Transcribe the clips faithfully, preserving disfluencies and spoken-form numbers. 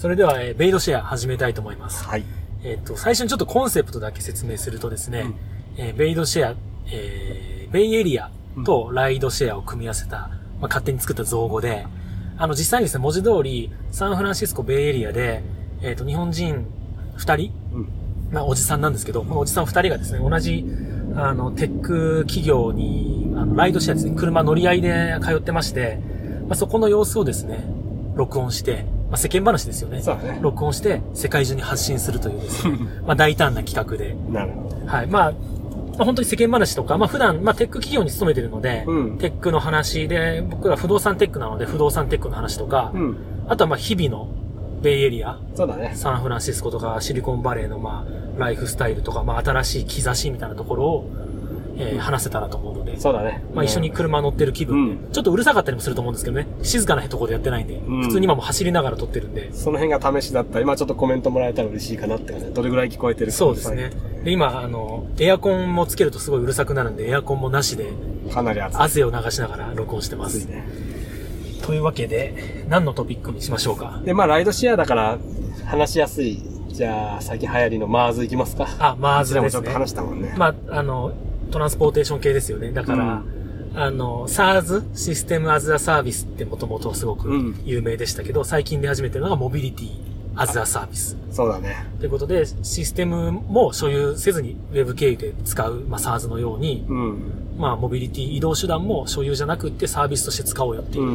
それでは、えー、ベイドシェア始めたいと思います。 はい。 えっと、最初にちょっとコンセプトだけ説明するとですね、うん、えー、ベイドシェア、えー、ベイエリアとライドシェアを組み合わせた、まあ、勝手に作った造語で、あの、実際にですね、文字通り、サンフランシスコベイエリアで、えっと、日本人二人、うん、まあ、おじさんなんですけど、このおじさん二人がですね、同じ、あの、テック企業に、あの、ライドシェアですね、車乗り合いで通ってまして、まあ、そこの様子をですね、録音して、まあ、世間話ですよね。 そうね。 録音して、世界中に発信するというですね、まあ、大胆な企画で。 なるほど。 はい。まあ、まあ、本当に世間話とか、まあ普段、まあテック企業に勤めてるので、うん、テックの話で、僕ら不動産テックなので不動産テックの話とか、うん、あとはまあ日々のベイエリア、 そうだね。 サンフランシスコとかシリコンバレーのまあライフスタイルとか、まあ新しい兆しみたいなところを、えー、話せたらと思うので、 そうだね。 まあ一緒に車乗ってる気分で、うん、ちょっとうるさかったりもすると思うんですけどね、静かなところでやってないんで、うん、普通に今も走りながら撮ってるんで、 その辺が試しだったら、今ちょっとコメントもらえたら嬉しいかなってね、どれぐらい聞こえてるか。 そうですね。で、今、あの、エアコンもつけるとすごいうるさくなるんで、エアコンもなしで、 かなり暑い。 汗を流しながら録音してます。 暑いね。 というわけで、何のトピックにしましょうか。 で、まあ、ライドシェアだから、話しやすい。じゃあ、最近流行りのマーズいきますか。 あ、マーズですね。 でもちょっと話したもんね。 まあ、あの、トランスポーテーション系ですよね。だから、うん、あの、SaaS、システムアズアサービスってもともとすごく有名でしたけど、うん、最近出始めてるのがモビリティアズアサービス。 そうだね。 ということで、システムも所有せずにウェブ経由で使う、まあ、SaaS のように、うん、まあ、モビリティ移動手段も所有じゃなくってサービスとして使おうよっていう。うん、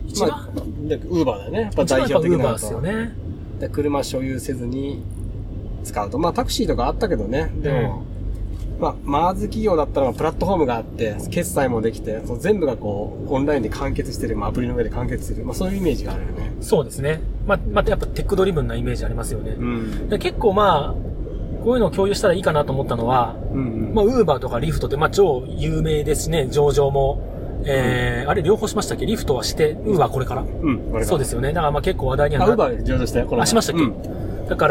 一番、まあ、 ウーバーだよね。やっぱ代表的な。ウーバーですよね。 で、車所有せずに使うと。まあ、タクシーとかあったけどね。でも、うん、まあ、マーズ企業だったらプラットフォームがあって、決済もできて、その全部がこう、オンラインで完結してる、まあ、アプリの上で完結する。まあ、そういうイメージがあるよね。 そうですね。まあ、またやっぱテックドリブンなイメージありますよね。うん、で結構まあ、こういうのを共有したらいいかなと思ったのは、うんうん、まあ、ウーバーとかリフトって、まあ、超有名ですね。上場も。えー、うん、あれ両方しましたっけ？リフトはして、ウーバーこれから。うん、これから。そうですよね。だからまあ結構話題にはなる。あ、ウーバー上場したよ、これ。 あ、しましたっけ？うん、だから、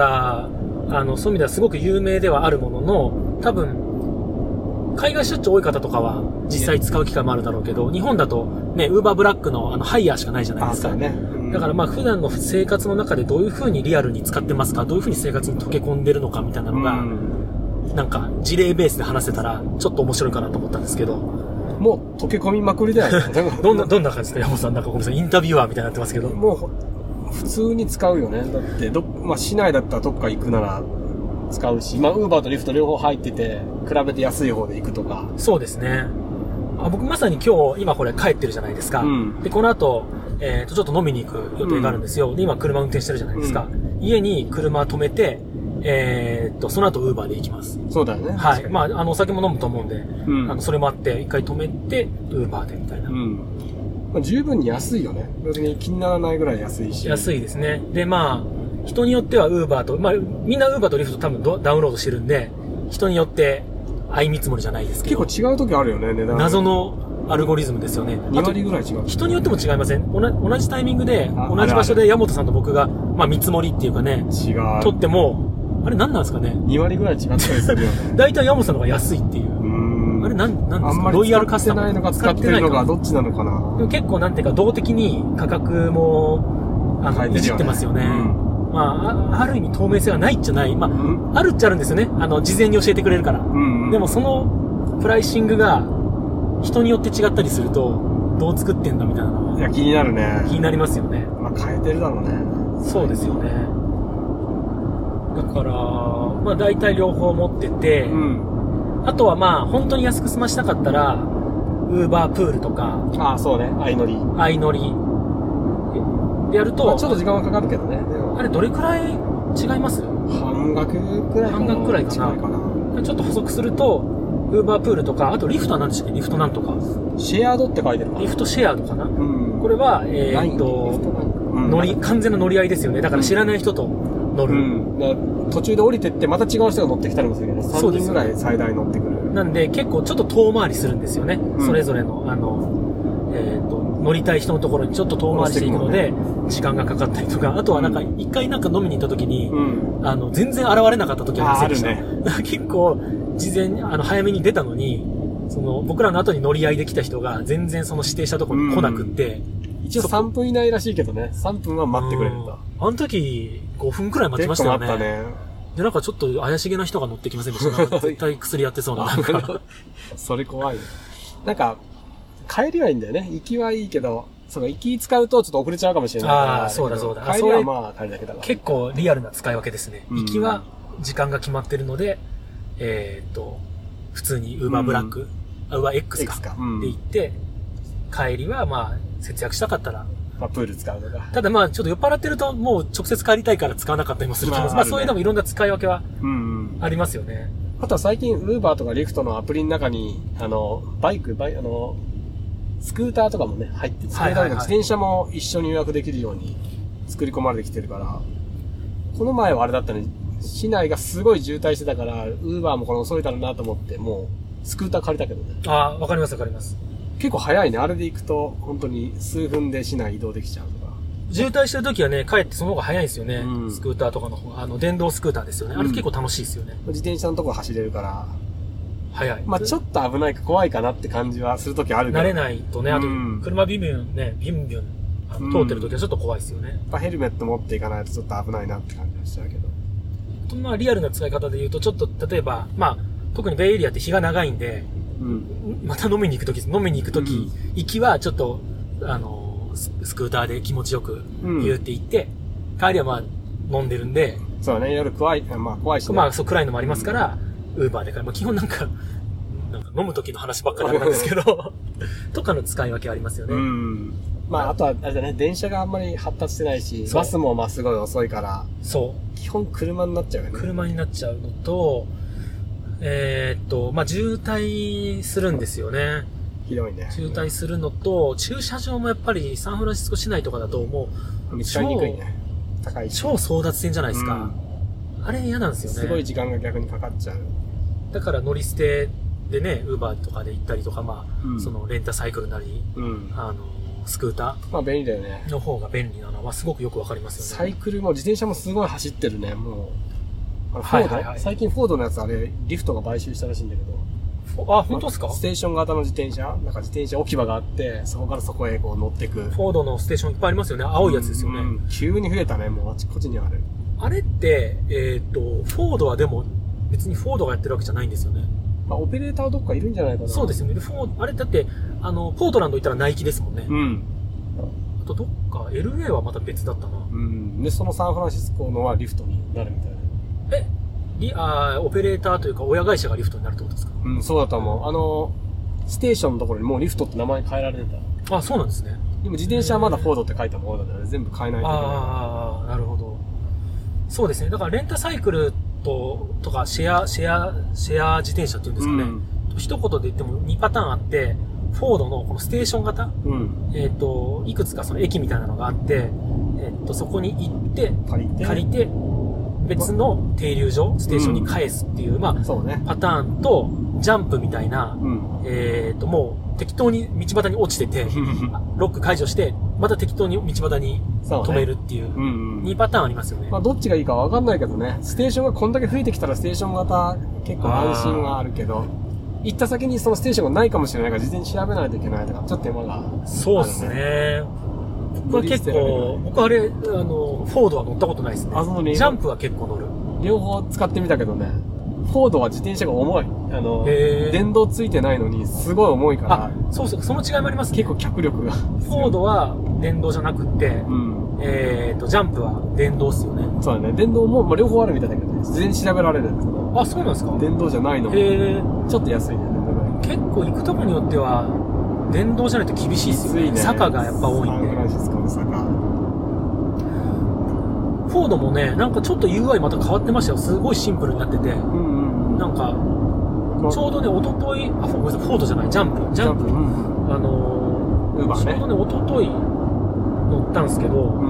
あの、そういう意味ではすごく有名ではあるものの、多分、海外出張多い方とかは実際使う機会もあるだろうけど、日本だとね、ウーバーブラックのあの、ハイヤーしかないじゃないですか。 あ、そうね。うん、 だからまあ普段の生活の中でどういう風にリアルに使ってますか、どういう風に生活に溶け込んでるのかみたいなのが、うん、なんか事例ベースで話せたらちょっと面白いかなと思ったんですけど、 もう溶け込みまくりだよね。 どんな、どんな感じですか、山本さん。なんかごめんなさい、インタビュアーみたいになってますけど。 もう、普通に使うよね。だって、ど、まあ、市内だったらどっか行くなら使うし、まあ、ウーバーとリフト両方入ってて、比べて安い方で行くとか。 そうですね。あ、僕まさに今日、今これ帰ってるじゃないですか。うん、で、この後、えっと、ちょっと飲みに行く予定があるんですよ。うん、で、今車運転してるじゃないですか。うん、家に車止めて、えー、っと、その後ウーバーで行きます。 そうだよね。 はい。まあ、あの、お酒も飲むと思うんで、うん、あの、それもあって、一回止めて、ウーバーでみたいな。うん。 まあ、十分に安いよね。別に気にならないぐらい安いし。 安いですね。で、まあ、人によってはウーバーと、まあ、みんなウーバーとリフト多分ダウンロードしてるんで、人によって相見積もりじゃないですけど。 結構違う時あるよね、値段。 謎のアルゴリズムですよね。 に割ぐらい違う。 人によっても違いません？同じタイミングで、同じ場所で山本さんと僕が、まあ、見積もりっていうかね、 違う。 取っても、あれ何なんですかね ? に 割ぐらい違ったりするよね。 大体山本さんの方が安いっていう。うーん。あれ何、何ですか？ロイヤルカスタマー。 使ってないのか使ってるのかどっちなのかな。 でも結構なんていうか動的に価格も、あの、いじってますよね。うん、まあ、ある意味透明性はないっちゃない。まあ、うん、あるっちゃあるんですよね。あの、事前に教えてくれるから。うんうん、でもその、プライシングが、人によって違ったりすると、どう作ってんだみたいなのは。 いや、気になるね。 気になりますよね。 まあ、変えてるだろうね。 そうですよね。だから、まあ大体両方持ってて、うん、あとはまあ本当に安く済ましたかったら、ウーバープールとか、 ああ、そうね、相乗り。 相乗り。でやると、 まあ、ちょっと時間はかかるけどね。 あれどれくらい違います？ 半額くらいかな。 半額くらいかな。かなちょっと補足すると、ウーバープールとか、あとリフトは何でしたっけ？リフトなんとか。 シェアードって書いてるかな。 リフトシェアードかな。うん、これは、えー、っと、乗り、完全な乗り合いですよね。だから知らない人と乗る。 うん、途中で降りてってまた違う人が乗ってきたりもするけど、さんにんぐらい最大乗ってくる。 なんで結構ちょっと遠回りするんですよね。うん、それぞれの、あの、えー、っと、乗りたい人のところにちょっと遠回りしていくので、時間がかかったりとか、あとはなんか、一回なんか飲みに行った時に、うん、あの、全然現れなかった時ありませんでした。あるね。結構、事前に、あの、早めに出たのに、その、僕らの後に乗り合いで来た人が、全然その指定したところに来なくって、 うん、一応さんぷん以内らしいけどね、さんぷんは待ってくれるんだ。 あの時、ごふんくらい待ちましたよね。 結構待ったね。 で、なんかちょっと怪しげな人が乗ってきませんでした。なんか絶対薬やってそうな。なんかそれ怖いね。なんか、帰りはいいんだよね。行きはいいけど、その行き使うとちょっと遅れちゃうかもしれないから。 ああ、そうだそうだ。 帰りはまあ帰りだけだから。 結構リアルな使い分けですね。 うん、 行きは時間が決まってるので、えー、っと、普通に Uber ブラック、うん、Uber X か。かうん、で行って、帰りはまあ、節約したかったら、 まあ、プール使うとか。 ただまあ、ちょっと酔っ払ってると、もう直接帰りたいから使わなかったりもすると思うんです。まあ、まあ、そういうのもいろんな使い分けは、ありますよね。 うんうん、あとは最近、Uber とか Lyft のアプリの中に、あの、バイク、バイ、あの、スクーターとかもね、入って、スクーターとか自転車も一緒に予約できるように作り込まれてきてるから、この前はあれだったね、市内がすごい渋滞してたから、Uber もこれ遅いだろうなと思って、もう、スクーター借りたけどね。 ああ、わかりますわかります。 結構早いね。あれで行くと、本当に数分で市内移動できちゃうとか。 渋滞してる時はね、帰ってその方が早いんですよね。うん、スクーターとかの方、あの、電動スクーターですよね。あれ結構楽しいですよね。 うん、自転車のとこ走れるから。 早い。 まあちょっと危ないか怖いかなって感じはする時あるけど。 慣れないとね、あと、車ビュンビュンね、ビュンビュン、あの、通ってる時はちょっと怖いですよね。 やっぱヘルメット持っていかないとちょっと危ないなって感じはしちゃうけど。 まあリアルな使い方で言うと、ちょっと例えば、まあ、特にベイエリアって日が長いんで、うん、また飲みに行くとき、飲みに行くとき、うん、行きはちょっと、あの、スクーターで気持ちよく言うって言って、うん、帰りはまあ飲んでるんで。 そうね、夜怖い、まあ怖いし、ね。 まあそう暗いのもありますから、ウーバーで帰る。まあ基本なんか、なんか飲むときの話ばっかりなんですけど、とかの使い分けありますよね。 うん。まああとは、あれだね、電車があんまり発達してないし、バスもまあすごい遅いから、 そう。 基本車になっちゃうよね。 車になっちゃうのと、えー、っと、まあ、渋滞するんですよね。 ひどいね。 渋滞するのと、駐車場もやっぱりサンフランシスコ市内とかだともう、 見つかりにくいね。高いし。 超争奪戦じゃないですか。うん、あれ嫌なんですよね。 すごい時間が逆にかかっちゃう。 だから乗り捨てでね、ウーバーとかで行ったりとか、まあ、うん、そのレンタサイクルなり、うん、あの、スクーター。 まあ便利だよね。 の方が便利なのはすごくよくわかりますよね。サイクルも自転車もすごい走ってるね、もう。フォード、はいはいはい、最近フォードのやつあれ、リフトが買収したらしいんだけど。あ、本当ですか？ ステーション型の自転車なんか自転車置き場があって、そこからそこへこう乗ってく。 フォードのステーションいっぱいありますよね。青いやつですよね。うんうん、 急に増えたね、もうあちこちにある。 あれって、えっと、フォードはでも、別にフォードがやってるわけじゃないんですよね。 まあ、オペレーターどっかいるんじゃないかな。 そうですよね。フォード、あれだって、あの、ポートランド行ったらナイキですもんね。うん。あとどっか、エルエー はまた別だったな。 うん。で、そのサンフランシスコのはリフトになるみたいな。 えリあオペレーターというか親会社がリフトになるってことですか？ うん、そうだと思う。あの、ステーションのところにもうリフトって名前変えられてた。あ、そうなんですね。 でも自転車はまだフォードって書いたものだから全部変えないといけない。 ああ、なるほど。そうですね。だからレンタサイクルと、とかシェア、シェア、シェア自転車っていうんですかね。うん、一言で言ってもにパターンあって、フォードのこのステーション型、うん、えっ、ー、と、いくつかその駅みたいなのがあって、えっ、ー、と、そこに行って、借りて、借りて別の停留所、ステーションに返すっていう、うん、まあ、そうね、パターンと、ジャンプみたいな、うん、えっ、ー、と、もう適当に道端に落ちてて、ロック解除して、また適当に道端に止めるっていう、にパターンありますよね。 まあ、どっちがいいかわかんないけどね、ステーションがこんだけ増えてきたらステーション型結構安心はあるけど、行った先にそのステーションがないかもしれないから事前に調べないといけないとか、ちょっと手間がある、ね。 そうですね。僕は結構、僕あれ、あの、フォードは乗ったことないですね。あ、そのジャンプは結構乗る。 両方使ってみたけどね、フォードは自転車が重い。あの、電動ついてないのにすごい重いから。あ、 そうそう、その違いもありますね。 結構脚力が。フォードは電動じゃなくて、うん、えっと、ジャンプは電動っすよね。 そうだね。電動も、まあ、両方あるみたいだけどね、事前に調べられるんですけど。 あ、そうなんですか？ 電動じゃないのも。へー。ちょっと安いね。 結構行くとこによっては、電動じゃないと厳しいですよね。きついね。坂がやっぱ多いんで。サンフランシスコの坂。フォードもね、なんかちょっと ユーアイ また変わってましたよ。すごいシンプルになってて。うんうん、なんか、ちょうどね、おととい、あ、ごめんなさい、フォードじゃない、ジャンプ。ジャンプ。うん、あのー、ね、ちょうどね、おととい乗ったんですけど、うん、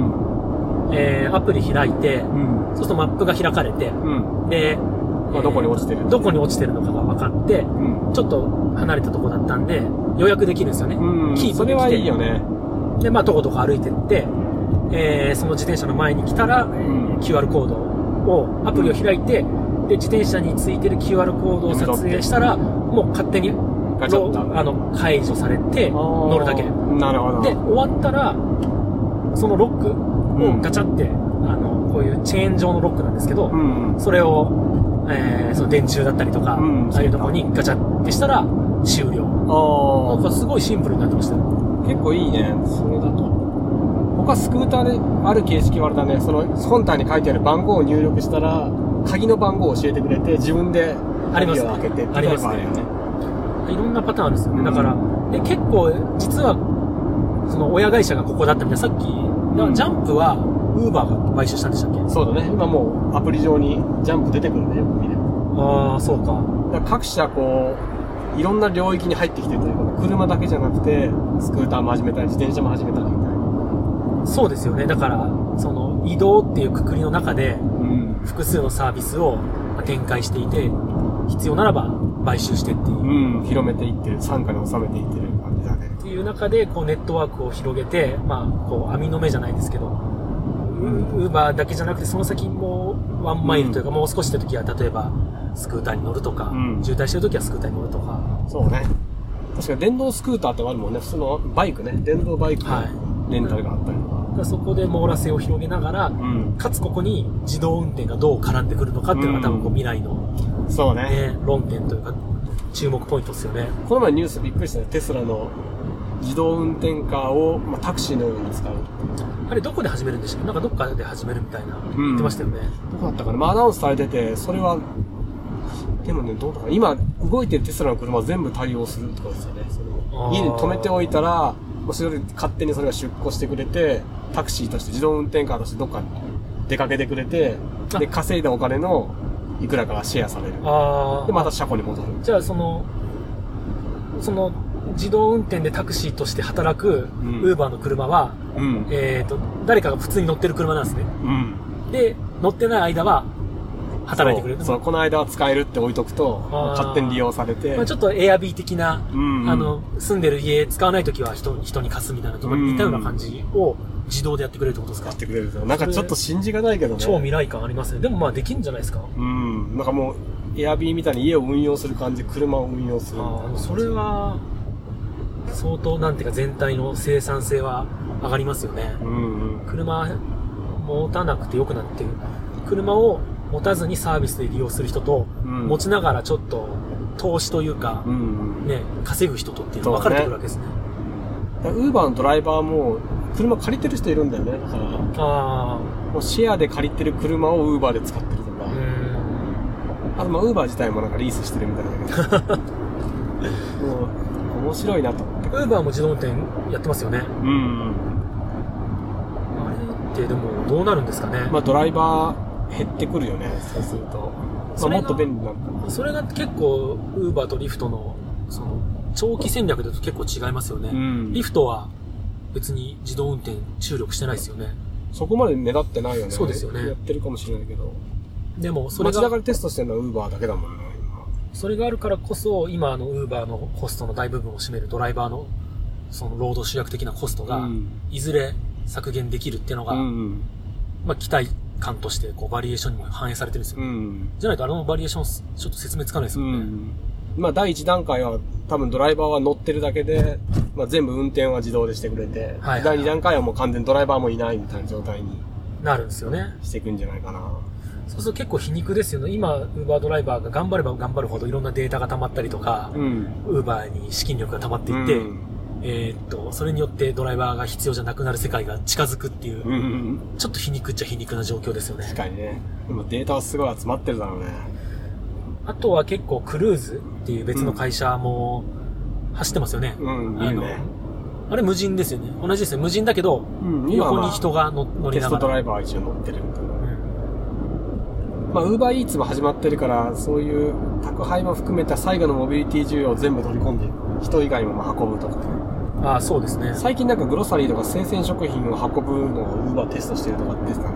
えー、アプリ開いて、うん、そうするとマップが開かれて、うん、で、 まあ、どこに落ちてるどこに落ちてるのかが分かって、うん、ちょっと離れたとこだったんで、予約できるんですよね。うん、キープできて。 それはいいよね。 で、まあ、とことこ歩いてって、えー、その自転車の前に来たら、うん、キューアール コードを、アプリを開いて、で、自転車についてる キューアール コードを撮影したら、もう勝手に、 ガチャッとあの、解除されて、乗るだけ。 なるほど。 で、終わったら、そのロックをガチャって、うん、あこういうチェーン状のロックなんですけど、 うんうん、 それを、えー、その電柱だったりとか、うん、ああいうところにガチャってしたら終了。ああ。なんかすごいシンプルになってましたよ。 結構いいね、それだと。他スクーターである形式はあれだね、その本体に書いてある番号を入力したら、鍵の番号を教えてくれて、自分で鍵を開けてっていうのがあるよね。 いろんなパターンあるんですよね。うん、だから、で結構、実は、その親会社がここだったみたいな、さっき、うん、ジャンプは、ウーバーが買収したんでしたっけ？ そうだね。今もうアプリ上にジャンプ出てくるんでよく見れば。 ああ、そうか。 だから各社こう、いろんな領域に入ってきてるというか、車だけじゃなくて、スクーターも始めたり、自転車も始めたりみたいな。 そうですよね。だから、その移動っていうくくりの中で、うん、複数のサービスを展開していて、必要ならば買収してっていう。 うん、広めていってる、傘下に収めていってる感じだね。 っていう中で、こうネットワークを広げて、まあ、こう網の目じゃないですけど、ウーバーだけじゃなくて、その先もワンマイルというか、うん、もう少しした時は、例えば、スクーターに乗るとか、うん、渋滞してる時はスクーターに乗るとか。 そうね。確かに電動スクーターってあるもんね。普通のバイクね。電動バイクのレンタルがあったりとか。 はい、だそこで網羅性を広げながら、うん、かつここに自動運転がどう絡んでくるのかっていうのが多分こう未来の、 うん、そうね、 ね、論点というか、注目ポイントですよね。 この前ニュースびっくりしたね。テスラの自動運転カーを、まあ、タクシーのように使う。 あれどこで始めるんでしたっけ？なんかどっかで始めるみたいな、言ってましたよね。 どこだったかな、まあ、アナウンスされてて、それは、でもね、どうだかな、今、動いてるテスラの車は全部対応するとかですよね。それ家に止めておいたら、もうそれで勝手にそれが出庫してくれて、タクシーとして自動運転カーとしてどっかに出かけてくれて、で、稼いだお金のいくらかがシェアされる。あで、また車庫に戻る。 じゃあ、その、その、自動運転でタクシーとして働くウーバーの車は、うん、えっと、誰かが普通に乗ってる車なんですね。うん、で、乗ってない間は働いてくれる。 そう、そうこの間は使えるって置いとくと、勝手に利用されて。 まあ、ちょっとエアビー的な、うんうん、あの、住んでる家使わないときは人、人に貸すみたいなところに似たような感じを自動でやってくれるってことですか？ やってくれると。なんかちょっと信じがないけどね。 超未来感ありますね。でもまあできるんじゃないですか？ うん。なんかもう、エアビーみたいに家を運用する感じで車を運用する。 ああ、それは、相当なんていうか全体の生産性は上がりますよね。うんうん、車持たなくてよくなってる。車を持たずにサービスで利用する人と、うん、持ちながらちょっと投資というか、うんうん、ね、稼ぐ人とっていうのが分かれてくるわけですね。 ウーバーのドライバーも車借りてる人いるんだよね。だから、あもうシェアで借りてる車をウーバーで使ってるとか。あとまあウーバー自体もなんかリースしてるみたいだけど。もう面白いなと思って。 ウーバーも自動運転やってますよね。うん、うん。あれってでもどうなるんですかね。 まあドライバー減ってくるよね。そうすると。まあ、もっと便利になるかな。 それが結構ウーバーとリフトのその長期戦略だと結構違いますよね。うん、リフトは別に自動運転注力してないですよね。 そこまで目立ってないよね。 そうですよね。 やってるかもしれないけど。 でもそれが街中でテストしてるのはウーバーだけだもんね。 それがあるからこそ、今のウーバーのコストの大部分を占めるドライバーの、その労働主役的なコストが、いずれ削減できるっていうのが、うん、まあ期待感として、こう、バリエーションにも反映されてるんですよ。うん、じゃないとあのバリエーション、ちょっと説明つかないですよね。うん、 まあ第一段階は、多分ドライバーは乗ってるだけで、まあ全部運転は自動でしてくれて、はいはいはい、第二段階はもう完全にドライバーもいないみたいな状態になるんですよね。 していくんじゃないかな。 そうすると結構皮肉ですよね。今、ウーバードライバーが頑張れば頑張るほどいろんなデータが溜まったりとか、ウーバーに資金力が溜まっていって、うん、えー、っと、それによってドライバーが必要じゃなくなる世界が近づくっていう、うんうん、ちょっと皮肉っちゃ皮肉な状況ですよね。 確かにね。でもデータはすごい集まってるだろうね。 あとは結構クルーズっていう別の会社も走ってますよね。うん、あの、いいね。あれ無人ですよね。同じですよ。無人だけど、うん、横に人が乗りながら。 テストドライバーは一応乗ってるみたいな。まあ、ウーバーイーツも始まってるから、そういう宅配も含めた最後のモビリティ需要を全部取り込んでいく。人以外も運ぶとか。 ああ、そうですね。 最近なんかグロサリーとか生鮮食品を運ぶのをウーバーテストしてるとかですかね。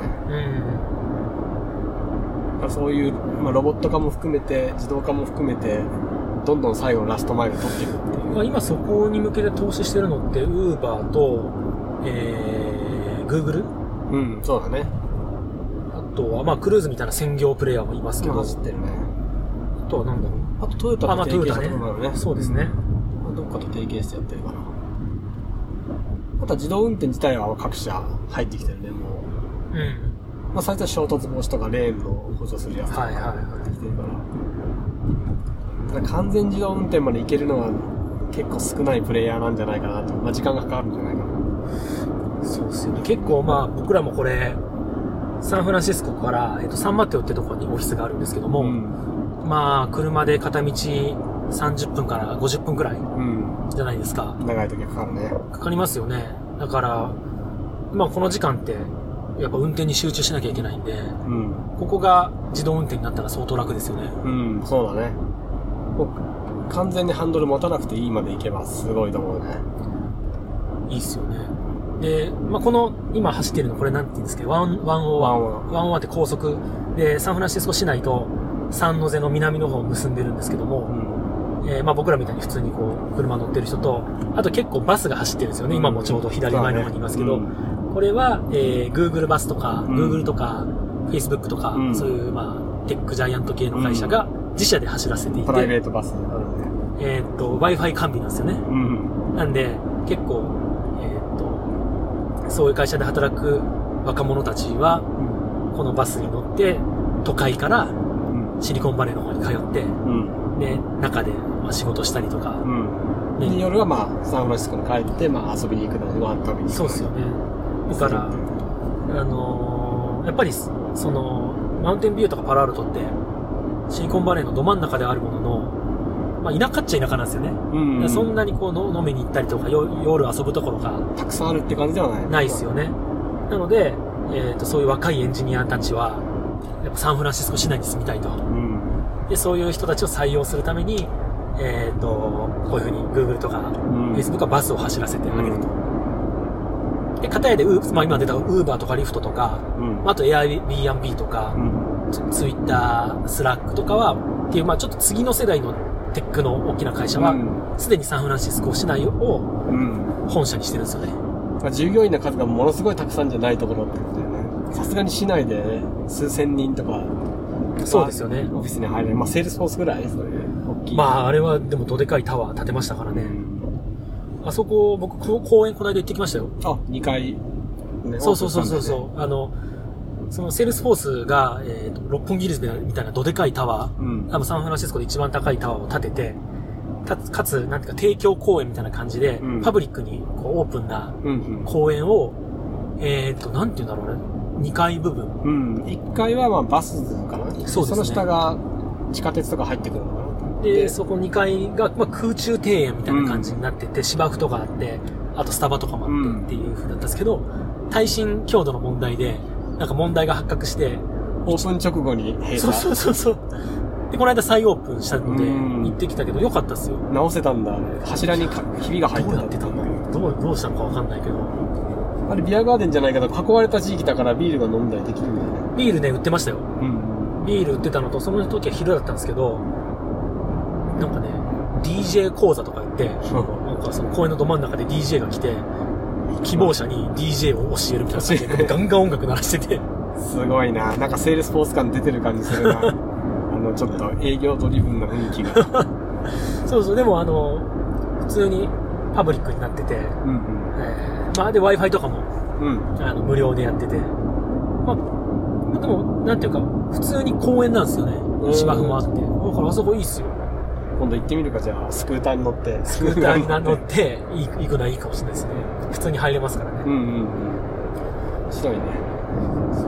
うん。そういう、まあ、ロボット化も含めて、自動化も含めて、どんどん最後のラストマイル取っていくっていう。 まあ、今そこに向けて投資してるのって、ウーバーと、えー、Google？ うん、そうだね。 あとは、まあ、クルーズみたいな専業プレイヤーもいますけど。 走ってるね。 あとはなんだろう。 あとトヨタと提携したところもあるね。 そうですね。 まあ、どっかと提携してやってるかな。あとは自動運転自体は各社入ってきてるね、もう。うん。 まあ、最初は衝突防止とかレーンの補助するやつとかはいはいはいなってきてるから、ただ完全自動運転までいけるのは結構少ないプレイヤーなんじゃないかなと。まあ、時間がかかるんじゃないかな。 そうですよね。結構まあ僕らもこれ、サンフランシスコから、えっと、サンマテオってところにオフィスがあるんですけども、 うん、 まあ車で片道さんじゅっぷんからごじゅっぷんくらいじゃないですか。 うん、長い時はかかるね。 かかりますよね。だから、まあこの時間って、やっぱ運転に集中しなきゃいけないんで、うん、ここが自動運転になったら相当楽ですよね。 うん、そうだね。もう完全にハンドル持たなくていいまで行けばすごいと思うね。 いいっすよね。で、まあ、この、今走ってるの、これなんて言うんですけど、ワン、ワンオーワン。ワンオーワンって高速で、サンフランシスコ市内とサンノゼの南の方を結んでるんですけども、うん、えー、まあ僕らみたいに普通にこう、車乗ってる人と、あと結構バスが走ってるんですよね。うん、今もちょうど左前の方にいますけど、うん、これは、えー、Google バスとか、うん、Google とか、Facebook とか、うん、そういう、まあ、テックジャイアント系の会社が自社で走らせていて、 プライベートバスあるね。 えーっと、Wi-Fi 完備なんですよね。うん、なんで、結構、そういう会社で働く若者たちは、このバスに乗って、都会からシリコンバレーの方に通って、うん、で、中でまあ仕事したりとか、うん、 で、夜はまあ、サンフランシスコに帰って、まあ遊びに行くのにご飯食べに行く。 そうですよね。だから、あのー、やっぱり、その、マウンテンビューとかパラアルトって、シリコンバレーのど真ん中であるものの、まあ、田舎っちゃ田舎なんですよね。うんうん、そんなにこうの飲みに行ったりとか、夜遊ぶところがたくさんあるって感じではない。 ないですよね。なので、えっと、そういう若いエンジニアたちは、やっぱサンフランシスコ市内に住みたいと。うん、で、そういう人たちを採用するために、えっと、こういうふうに Google とか、うん、Facebook はバスを走らせてあげると。うん、で、片やで、まあ、今出た Uber とか Lyft とか、うん、あと Airbnb とか、うん、Twitter、Slack とかは、っていう、まあ、ちょっと次の世代のテックの大きな会社は、すで、うん、にサンフランシスコ市内を本社にしてるんですよね。 まあ、従業員の数がものすごいたくさんじゃないところってことだよね。さすがに市内で、ね、数千人とか、 そうですよね。 オフィスに入れる。まあ、セールスフォースぐらいそれ大きい。 まあ、あれはでもどでかいタワー建てましたからね。うん、あそこ、僕、公園この間行ってきましたよ。 あ、にかい、 ね。そうそうそうそうそう。あの、そのセールスフォースが、えーと、六本木ヒルズみたいなどでかいタワー、うん、多分サンフランシスコで一番高いタワーを建てて、かつ、かつなんていうか提供公園みたいな感じで、うん、パブリックにこうオープンな公園を、うんうん、えーと、なんていうんだろうね、にかい部分。 うん。いっかいはまあバスかな。そうですね。その下が地下鉄とか入ってくるのかな。 で、でそこにかいが、まあ、空中庭園みたいな感じになってて、うん、芝生とかあって、あとスタバとかもあってっていう風だったんですけど、耐震強度の問題で、なんか問題が発覚して、 オープン直後に閉鎖。 そうそうそうそう。で、この間再オープンしたので、行ってきたけど、よかったっすよ。 直せたんだ、ね。柱にひびが入ってた。 どうやってたんだろう。どう、どうしたのかわかんないけど。 あれ、ビアガーデンじゃないけど、囲われた地域だからビールが飲んだりできるんだよね。 ビールね、売ってましたよ。うん。ビール売ってたのと、その時は昼だったんですけど、なんかね、ディージェー 講座とか言って、なんかその公園のど真ん中で ディージェー が来て、希望者に ディージェー を教えるみたいな感じで、ガンガン音楽鳴らしてて。 すごいな。なんかセールスフォース感出てる感じするな。あの、ちょっと営業ドリブンな雰囲気が。 そうそう、でもあの、普通にパブリックになってて、うんうんえー、まあで Wi-Fi とかも、うん、あの無料でやってて、まあ、でも、なんていうか、普通に公園なんですよね。芝生もあって。だからあそこいいっすよ。 今度行ってみるか、じゃあ、スクーターに乗って。 スクーターに乗って、行くのはいいかもしれないですね。普通に入れますからね。うんうんうん。 面白いね。 そう、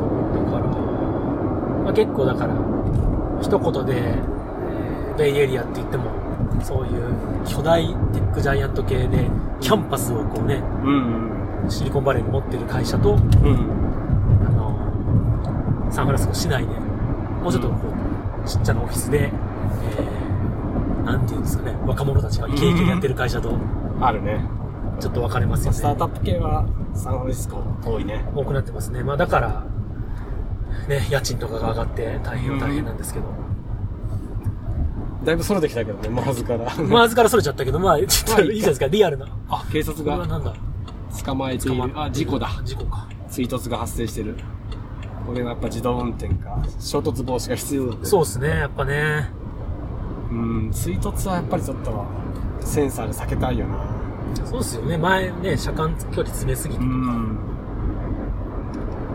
だから、まあ、結構だから、一言で、えー、ベイエリアって言っても、そういう巨大テックジャイアント系で、キャンパスをこうね、うんうん、シリコンバレーに持ってる会社と、うん、あの、サンフランシスコ市内で、もうちょっとこう、ちっちゃなオフィスで、えー、なんていうんですかね、若者たちがイケイケでやってる会社と、 うん、あるね。 ちょっと分かれますよね。 スタートアップ系はサンフランシスコ多いね。 多くなってますね。まあだから、ね、家賃とかが上がって大変は大変なんですけど。 うん、だいぶそれてきたけどね、マーズから。 マーズからそれちゃったけど、まあ、ちょっといいじゃないですか、リアルな。 あ、警察が。 これはなんだ捕まえている。あ、事故だ。 事故か。 追突が発生してる。これはやっぱ自動運転か。衝突防止が必要だね。 そうですね、やっぱね。 うん、追突はやっぱりちょっと、センサーで避けたいよな。 そうですよね。前ね、車間距離詰めすぎてとか。うん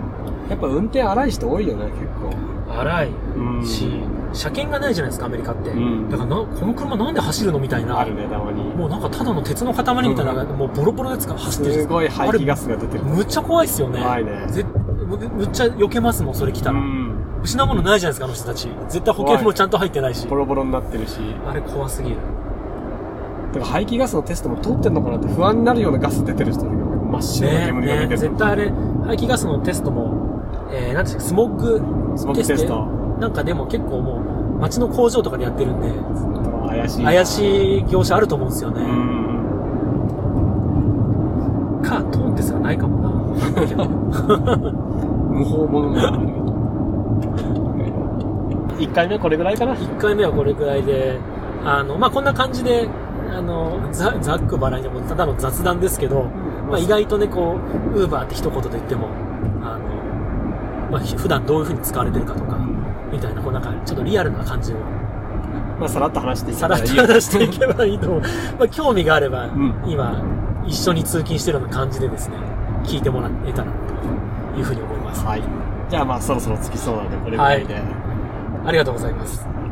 やっぱ運転荒い人多いよね、結構。 荒いうんし、車検がないじゃないですか、アメリカって。 うんだからな、この車なんで走るのみたいな。 あるね、たまに。 もうなんかただの鉄の塊みたいな、 うんもうボロボロのやつが走ってるんですごい排気ガスが出てる。 むっちゃ怖いっすよね。 怖いねぜむむっちゃ避けますもん、それ来たら。 うん。 失うものないじゃないですか、あの人たち。絶対保険もちゃんと入ってないし。 ボロボロになってるし。 あれ怖すぎる。 だから排気ガスのテストも通ってんのかなって不安になるようなガス出てる人だけど、真っ白なねね煙が出てる。 絶対あれ、排気ガスのテストも、えー、なんていうか、スモッグスモッグテスト。 なんかでも結構もう、街の工場とかでやってるんで、 怪しい。 怪しい業者あると思うんですよね。 うん。 か、トーンってすらないかもな。 無法者があるけど。一回目はこれぐらいかな。 いっかいめはこれぐらいで、あの、まあ、こんな感じで、あの、ざ、ざっくばらんにもただの雑談ですけど、まあ、意外とね、こう、ウーバーって一言で言っても、あの、まあ、普段どういう風に使われてるかとか、みたいな、こうなんか、ちょっとリアルな感じを、 まあ、さらっと話していけさらっとばいいよ。 話していけばいいと思う。まあ、興味があれば、 ん今、一緒に通勤してるような感じでですね、聞いてもらえたらという風に思います。 はい。じゃあまあそろそろ着きそうなので、これぐらいで。 ありがとうございます。